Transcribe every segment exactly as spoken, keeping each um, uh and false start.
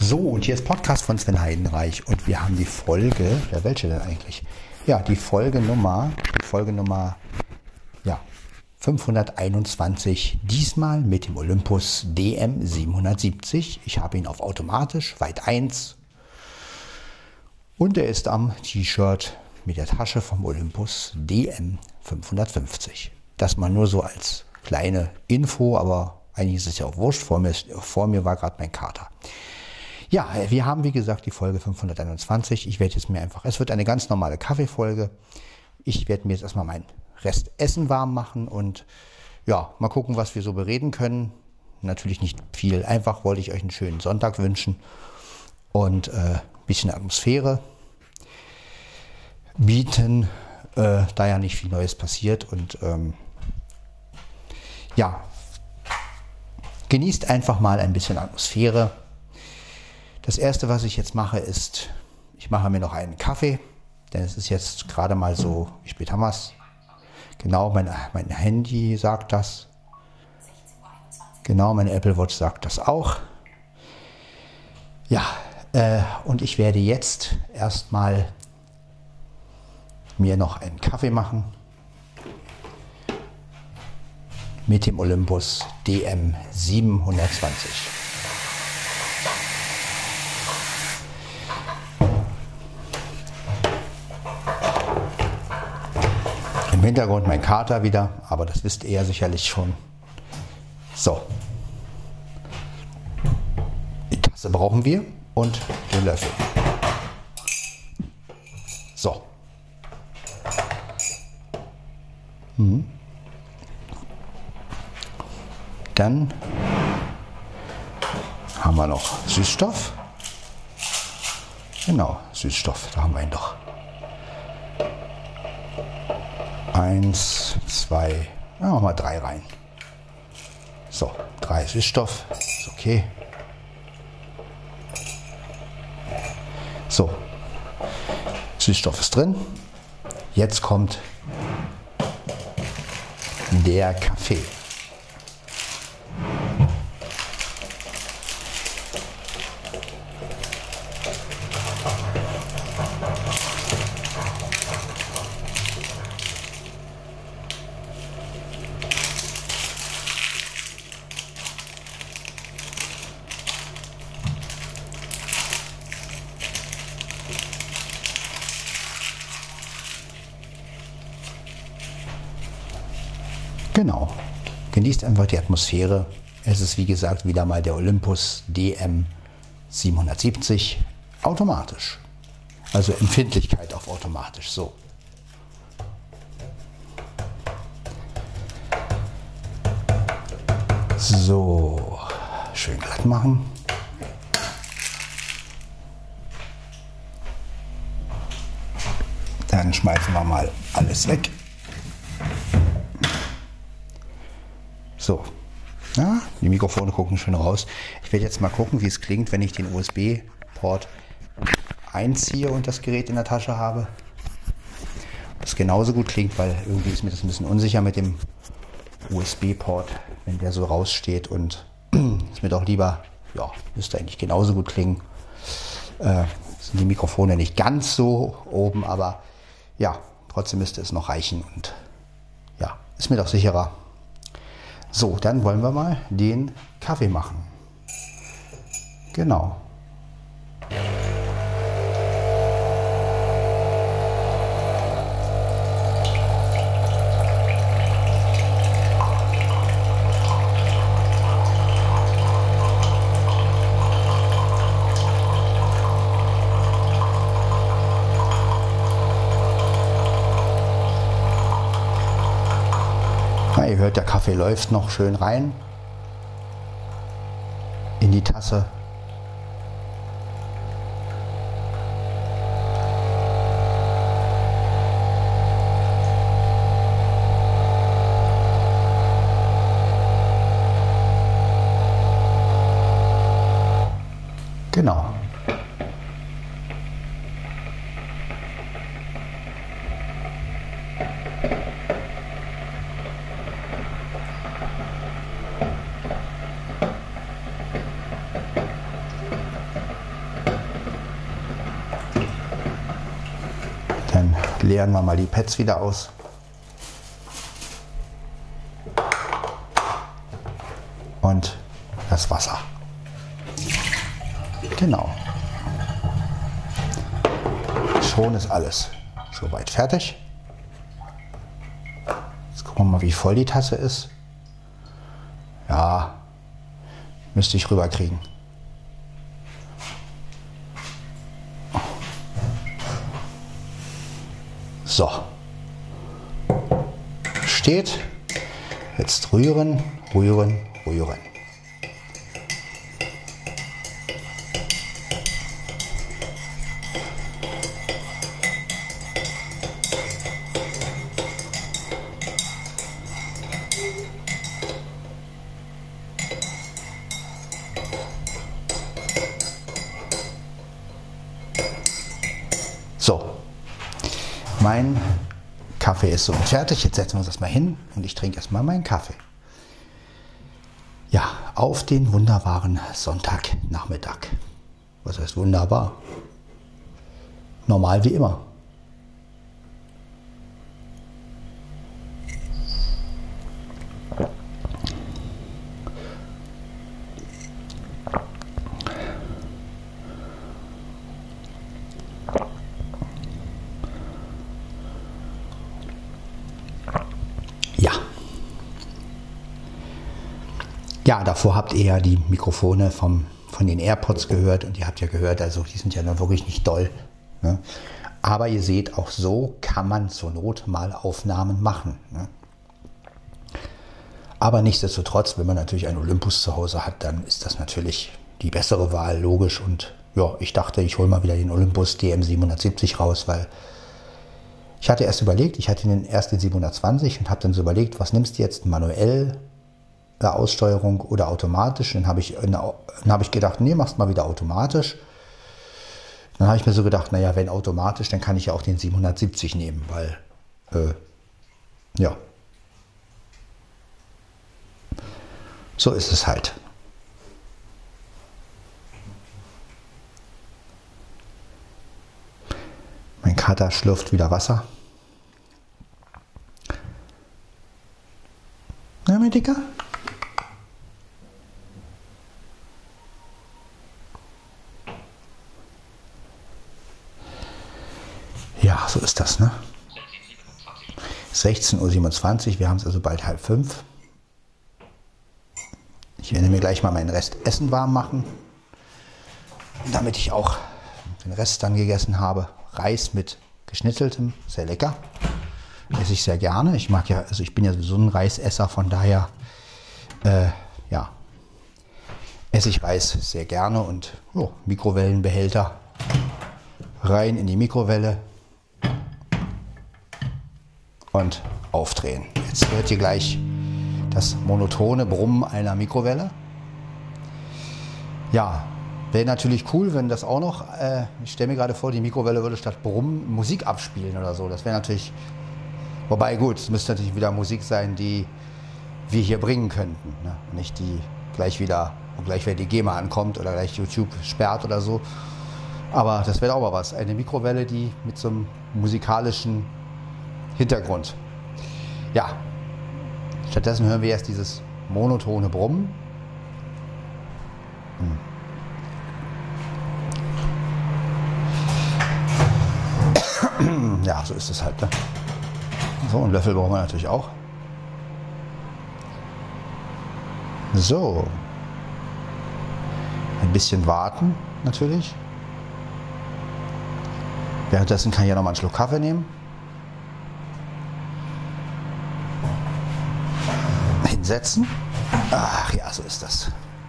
So, und hier ist Podcast von Sven Heidenreich und wir haben die Folge, ja, welche denn eigentlich? Ja, die Folge Nummer, die Folge Nummer, ja, fünfhunderteinundzwanzig, diesmal mit dem Olympus D M siebenhundertsiebzig. Ich habe ihn auf automatisch, weit eins. Und er ist am T-Shirt mit der Tasche vom Olympus D M fünfhundertfünfzig. Das mal nur so als kleine Info, aber eigentlich ist es ja auch wurscht. Vor mir, vor mir war gerade mein Kater. Ja, wir haben wie gesagt die Folge fünfhunderteinundzwanzig. Ich werde jetzt mir einfach, es wird eine ganz normale Kaffeefolge. Ich werde mir jetzt erstmal mein Rest Essen warm machen und ja, mal gucken, was wir so bereden können. Natürlich nicht viel, einfach wollte ich euch einen schönen Sonntag wünschen und äh, ein bisschen Atmosphäre bieten, äh, da ja nicht viel Neues passiert und ähm, ja, genießt einfach mal ein bisschen Atmosphäre. Das erste, was ich jetzt mache, ist, ich mache mir noch einen Kaffee, denn es ist jetzt gerade mal so, wie spät haben wir es? Genau, mein, mein Handy sagt das. Genau, meine Apple Watch sagt das auch. Ja, äh, und ich werde jetzt erstmal mir noch einen Kaffee machen mit dem Olympus D M siebenhundertzwanzig. Im Hintergrund mein Kater wieder, aber das wisst ihr ja sicherlich schon. So. Die Tasse brauchen wir und den Löffel. So. Mhm. Dann haben wir noch Süßstoff. Genau, Süßstoff, da haben wir ihn doch. Eins, zwei, machen wir mal drei rein. So, drei Süßstoff, ist okay. So, Süßstoff ist drin. Jetzt kommt der Kaffee. Genau, genießt einfach die Atmosphäre. Es ist wie gesagt wieder mal der Olympus D M siebenhundertsiebzig automatisch. Also Empfindlichkeit auf automatisch, so. So, schön glatt machen. Dann schmeißen wir mal alles weg. So, ja, die Mikrofone gucken schön raus. Ich werde jetzt mal gucken, wie es klingt, wenn ich den U S B-Port einziehe und das Gerät in der Tasche habe. Ob es genauso gut klingt, weil irgendwie ist mir das ein bisschen unsicher mit dem U S B-Port, wenn der so raussteht und ist mir doch lieber, ja, müsste eigentlich genauso gut klingen. Äh, sind die Mikrofone nicht ganz so oben, aber ja, trotzdem müsste es noch reichen und ja, ist mir doch sicherer. So, dann wollen wir mal den Kaffee machen. Genau. Ja, ihr hört, der Kaffee läuft noch schön rein in die Tasse. Genau. Dann leeren wir mal die Pads wieder aus. Und das Wasser. Genau. Schon ist alles soweit fertig. Jetzt gucken wir mal, wie voll die Tasse ist. Ja, müsste ich rüberkriegen. So. Steht. Jetzt rühren, rühren, rühren. So, mein Kaffee ist so fertig. Jetzt setzen wir uns das mal hin und ich trinke erstmal meinen Kaffee. Ja, auf den wunderbaren Sonntagnachmittag. Was heißt wunderbar? Normal wie immer. Ja, davor habt ihr ja die Mikrofone vom, von den AirPods gehört und ihr habt ja gehört, also die sind ja noch wirklich nicht doll. Ne? Aber ihr seht, auch so kann man zur Not mal Aufnahmen machen. Ne? Aber nichtsdestotrotz, wenn man natürlich einen Olympus zu Hause hat, dann ist das natürlich die bessere Wahl, logisch. Und ja, ich dachte, ich hole mal wieder den Olympus D M siebenhundertsiebzig raus, weil ich hatte erst überlegt, ich hatte den erst den siebenhundertzwanzig und habe dann so überlegt, was nimmst du jetzt, manuell Aussteuerung oder automatisch. Dann habe ich, dann habe ich gedacht, nee, machst mal wieder automatisch. Dann habe ich mir so gedacht, naja, wenn automatisch, dann kann ich ja auch den siebenhundertsiebzig nehmen, weil, äh, ja, so ist es halt. Mein Kater schlürft wieder Wasser. Na, mein Dicker? Ja, so ist das, ne? sechzehn Uhr siebenundzwanzig, wir haben es also bald halb fünf. Ich werde mir gleich mal meinen Rest Essen warm machen, damit ich auch den Rest dann gegessen habe. Reis mit geschnitzeltem, sehr lecker. Esse ich sehr gerne. Ich mag ja, also ich bin ja so ein Reisesser, von daher, äh, ja, esse ich Reis sehr gerne und oh, Mikrowellenbehälter rein in die Mikrowelle. Und aufdrehen. Jetzt hört ihr gleich das monotone Brummen einer Mikrowelle. Ja, wäre natürlich cool, wenn das auch noch, äh, ich stelle mir gerade vor, die Mikrowelle würde statt Brummen Musik abspielen oder so. Das wäre natürlich, wobei gut, es müsste natürlich wieder Musik sein, die wir hier bringen könnten. Ne? Nicht die gleich wieder, wo gleich wieder die GEMA ankommt oder gleich YouTube sperrt oder so. Aber das wäre auch mal was. Eine Mikrowelle, die mit so einem musikalischen Hintergrund. Ja, stattdessen hören wir jetzt dieses monotone Brummen. Hm. Ja, so ist es halt. Ne? So, einen Löffel brauchen wir natürlich auch. So. Ein bisschen warten, natürlich. Währenddessen kann ich ja noch mal einen Schluck Kaffee nehmen. Hinsetzen. Ach ja, so ist das.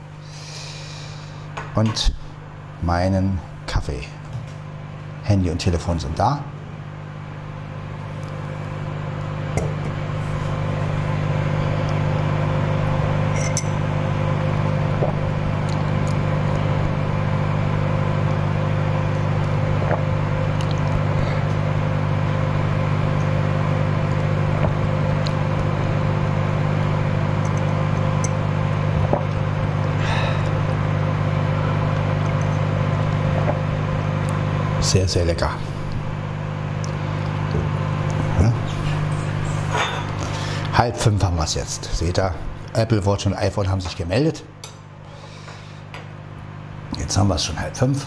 Und meinen Kaffee. Handy und Telefon sind da. Sehr, sehr lecker. Halb fünf haben wir es jetzt. Seht ihr, Apple Watch und iPhone haben sich gemeldet. Jetzt haben wir es schon halb fünf.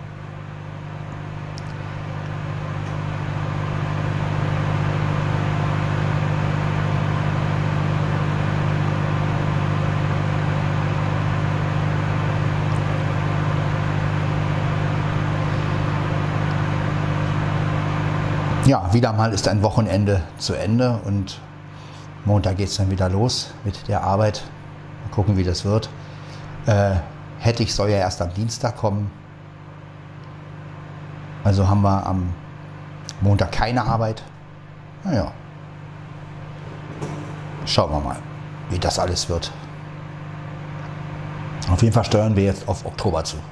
Ja, wieder mal ist ein Wochenende zu Ende und Montag geht es dann wieder los mit der Arbeit. Mal gucken, wie das wird. Äh, hätte ich, soll ja erst am Dienstag kommen. Also haben wir am Montag keine Arbeit. Naja, schauen wir mal, wie das alles wird. Auf jeden Fall steuern wir jetzt auf Oktober zu.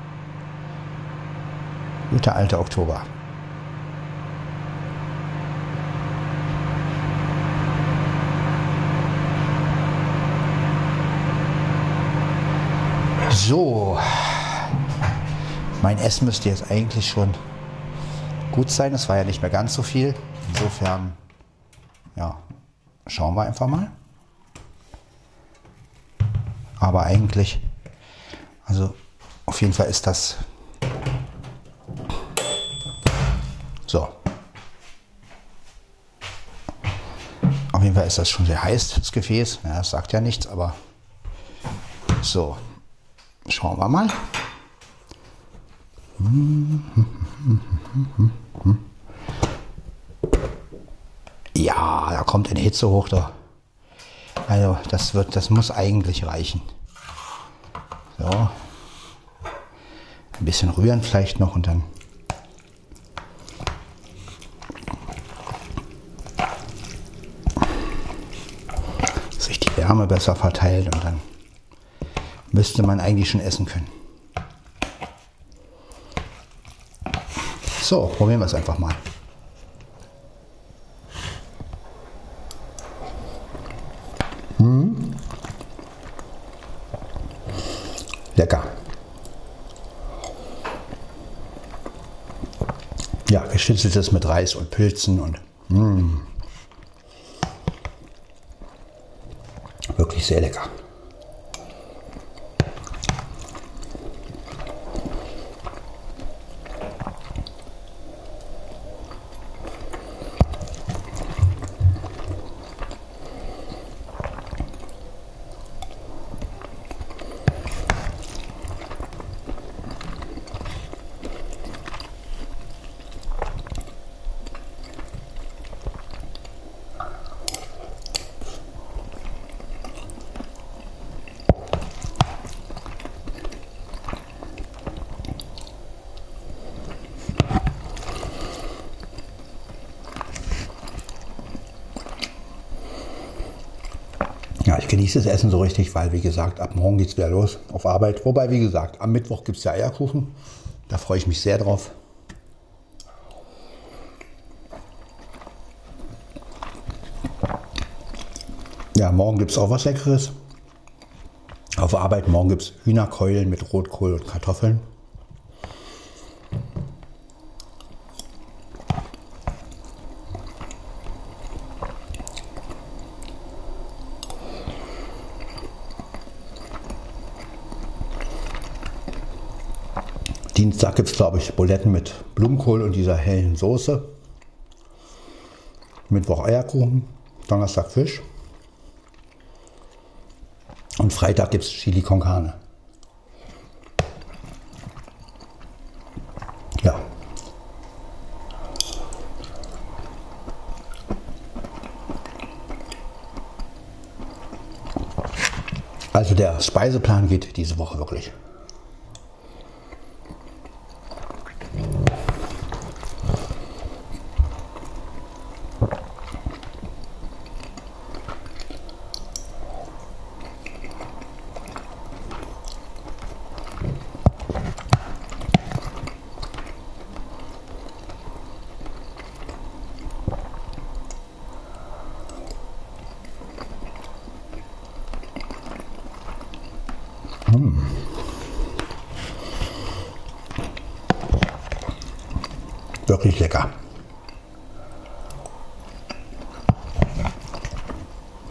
Guter alter Oktober. So, mein Essen müsste jetzt eigentlich schon gut sein. Es war ja nicht mehr ganz so viel. Insofern, ja, schauen wir einfach mal. Aber eigentlich, also auf jeden Fall ist das so. Auf jeden Fall ist das schon sehr heiß, das Gefäß. Ja, das sagt ja nichts, aber so. Schauen wir mal. Ja, da kommt eine Hitze hoch da. Also das wird, das muss eigentlich reichen. So. Ein bisschen rühren vielleicht noch und dann sich die Wärme besser verteilt und dann müsste man eigentlich schon essen können. So, probieren wir es einfach mal. Hm. Lecker. Ja, geschnitzeltes mit Reis und Pilzen und mh. Wirklich sehr lecker. Ja, ich genieße das Essen so richtig, weil, wie gesagt, ab morgen geht es wieder los auf Arbeit. Wobei, wie gesagt, am Mittwoch gibt es ja Eierkuchen. Da freue ich mich sehr drauf. Ja, morgen gibt es auch was Leckeres. Auf Arbeit morgen gibt es Hühnerkeulen mit Rotkohl und Kartoffeln. Dienstag gibt es, glaube ich, Buletten mit Blumenkohl und dieser hellen Soße. Mittwoch Eierkuchen, Donnerstag Fisch. Und Freitag gibt es Chili con Carne. Ja. Also der Speiseplan geht diese Woche wirklich. Wirklich lecker.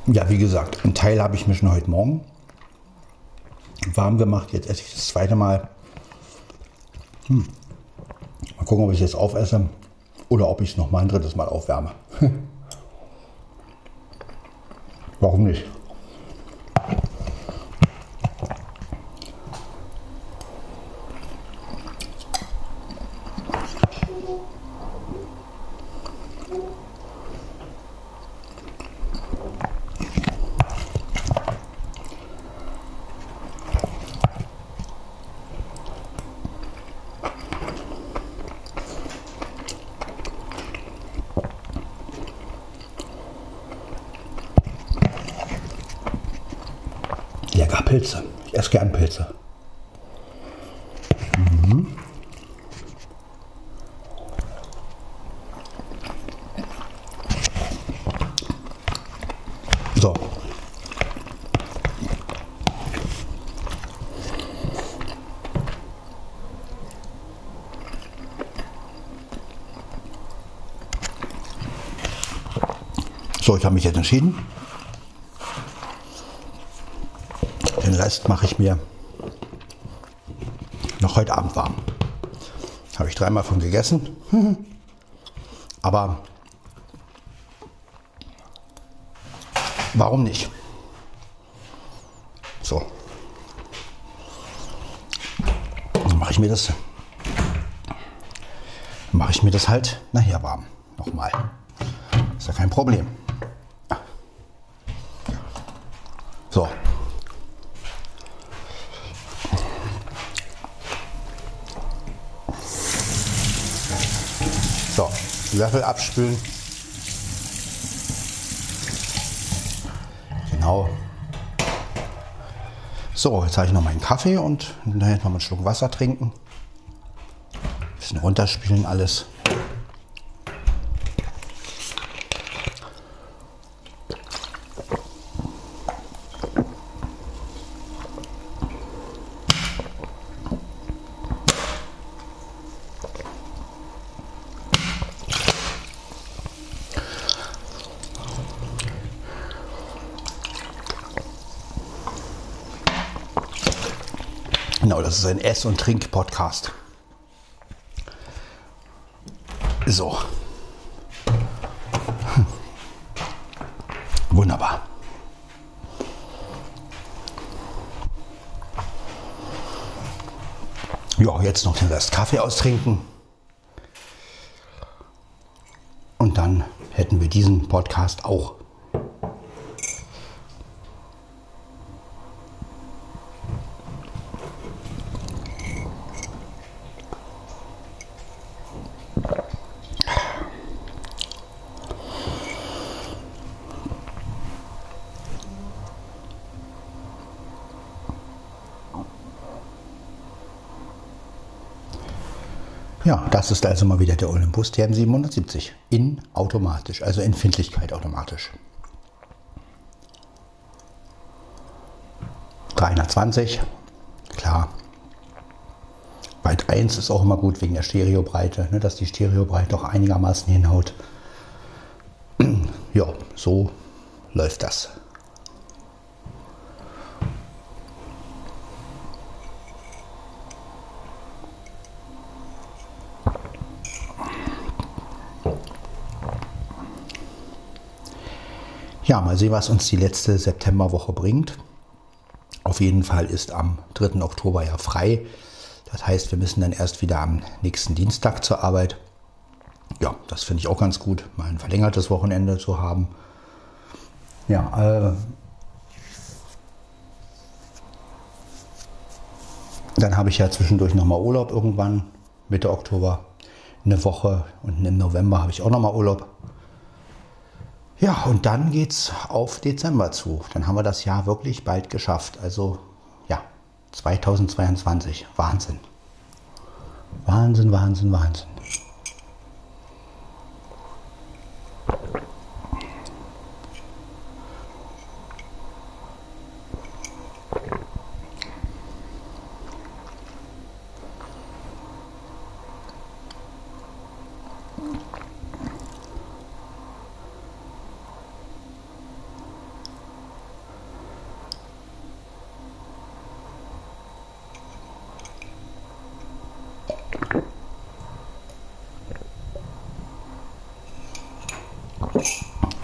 Ja, wie gesagt, einen Teil habe ich mir schon heute Morgen warm gemacht. Jetzt esse ich das zweite Mal. Hm. Mal gucken, ob ich es jetzt aufesse oder ob ich es noch mal ein drittes Mal aufwärme. Warum nicht? Lecker Pilze. Ich esse gern Pilze. Mhm. So. So, ich habe mich jetzt entschieden. Den Rest mache ich mir noch heute Abend warm. Habe ich dreimal von gegessen. Aber warum nicht? So. Dann mache ich mir das. Mache ich mir das halt nachher warm. Nochmal. Ist ja kein Problem. So. So, Löffel abspülen. Genau. So, jetzt habe ich noch meinen Kaffee und dann noch mal einen Schluck Wasser trinken. Ein bisschen runterspülen alles. Genau, das ist ein Ess- und Trink-Podcast. So. Hm. Wunderbar. Ja, jetzt noch den Rest Kaffee austrinken. Und dann hätten wir diesen Podcast auch. Ja, das ist also mal wieder der Olympus T M siebenhundertsiebzig in automatisch, also Empfindlichkeit automatisch. dreihundertzwanzig, klar. Byte eins ist auch immer gut wegen der Stereobreite, ne, dass die Stereobreite auch einigermaßen hinhaut. Ja, so läuft das. Ja, mal sehen, was uns die letzte Septemberwoche bringt. Auf jeden Fall ist am dritten Oktober ja frei. Das heißt, wir müssen dann erst wieder am nächsten Dienstag zur Arbeit. Ja, das finde ich auch ganz gut, mal ein verlängertes Wochenende zu haben. Ja, äh, dann habe ich ja zwischendurch nochmal Urlaub irgendwann, Mitte Oktober, eine Woche, und im November habe ich auch nochmal Urlaub. Ja, und dann geht's auf Dezember zu. Dann haben wir das Jahr wirklich bald geschafft. Also ja, zweitausendzweiundzwanzig. Wahnsinn. Wahnsinn, Wahnsinn, Wahnsinn.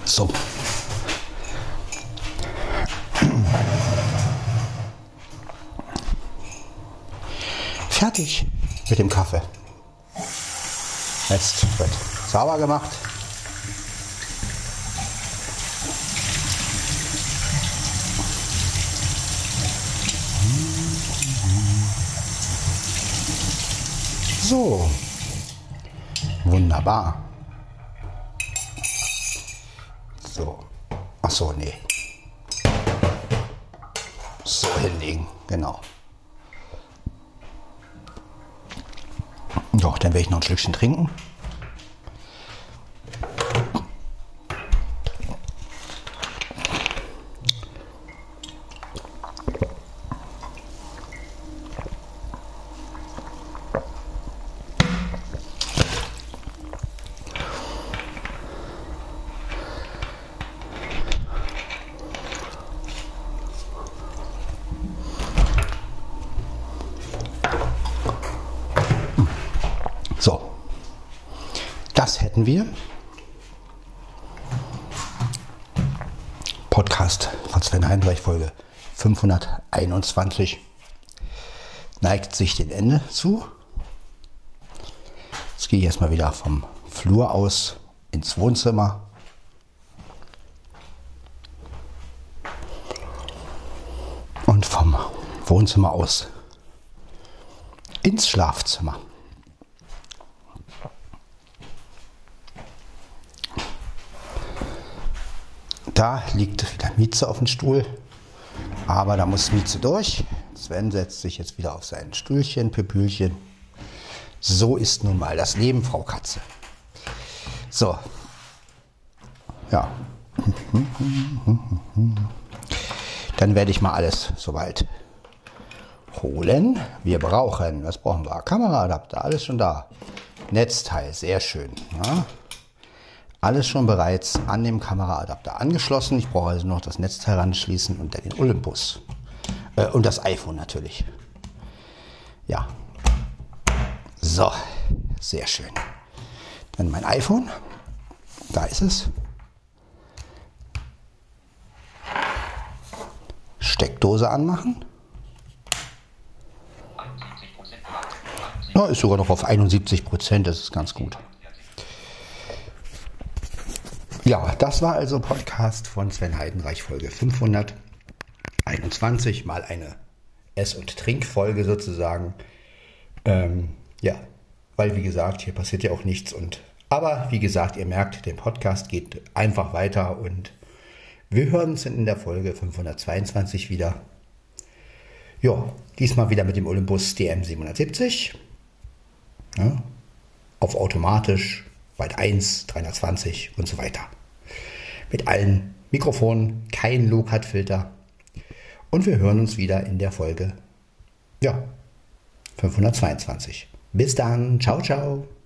So. Fertig mit dem Kaffee. Jetzt wird sauber gemacht. So. Wunderbar. So. Ach so, nee. So hinlegen, genau. Doch, dann werde ich noch ein Schlückchen trinken. So, das hätten wir. Podcast von Sven Heinrich, Folge fünfhunderteinundzwanzig, neigt sich dem Ende zu. Jetzt gehe ich erstmal wieder vom Flur aus ins Wohnzimmer. Und vom Wohnzimmer aus ins Schlafzimmer. Da liegt wieder Mieze auf dem Stuhl, aber da muss Mieze durch. Sven setzt sich jetzt wieder auf sein Stühlchen, Püpülchen. So ist nun mal das Leben, Frau Katze. So, ja. Dann werde ich mal alles soweit holen. Wir brauchen, was brauchen wir? Kameraadapter, alles schon da. Netzteil, sehr schön. Ja. Alles schon bereits an dem Kameraadapter angeschlossen. Ich brauche also noch das Netzteil anschließen und dann den Olympus. Äh, und das iPhone natürlich. Ja. So, sehr schön. Dann mein iPhone. Da ist es. Steckdose anmachen. Ja, ist sogar noch auf einundsiebzig Prozent, das ist ganz gut. Ja, das war also Podcast von Sven Heidenreich, Folge fünfhunderteinundzwanzig, mal eine Ess- und Trinkfolge sozusagen. Ähm, ja, weil wie gesagt, hier passiert ja auch nichts. Und aber wie gesagt, ihr merkt, der Podcast geht einfach weiter und wir hören uns in der Folge fünfhundertzweiundzwanzig wieder. Ja, diesmal wieder mit dem Olympus D M siebenhundertsiebzig. Ja, auf automatisch. Weit eins, dreihundertzwanzig und so weiter. Mit allen Mikrofonen, kein Low-Cut-Filter. Und wir hören uns wieder in der Folge ja, fünfhundertzweiundzwanzig. Bis dann, ciao, ciao.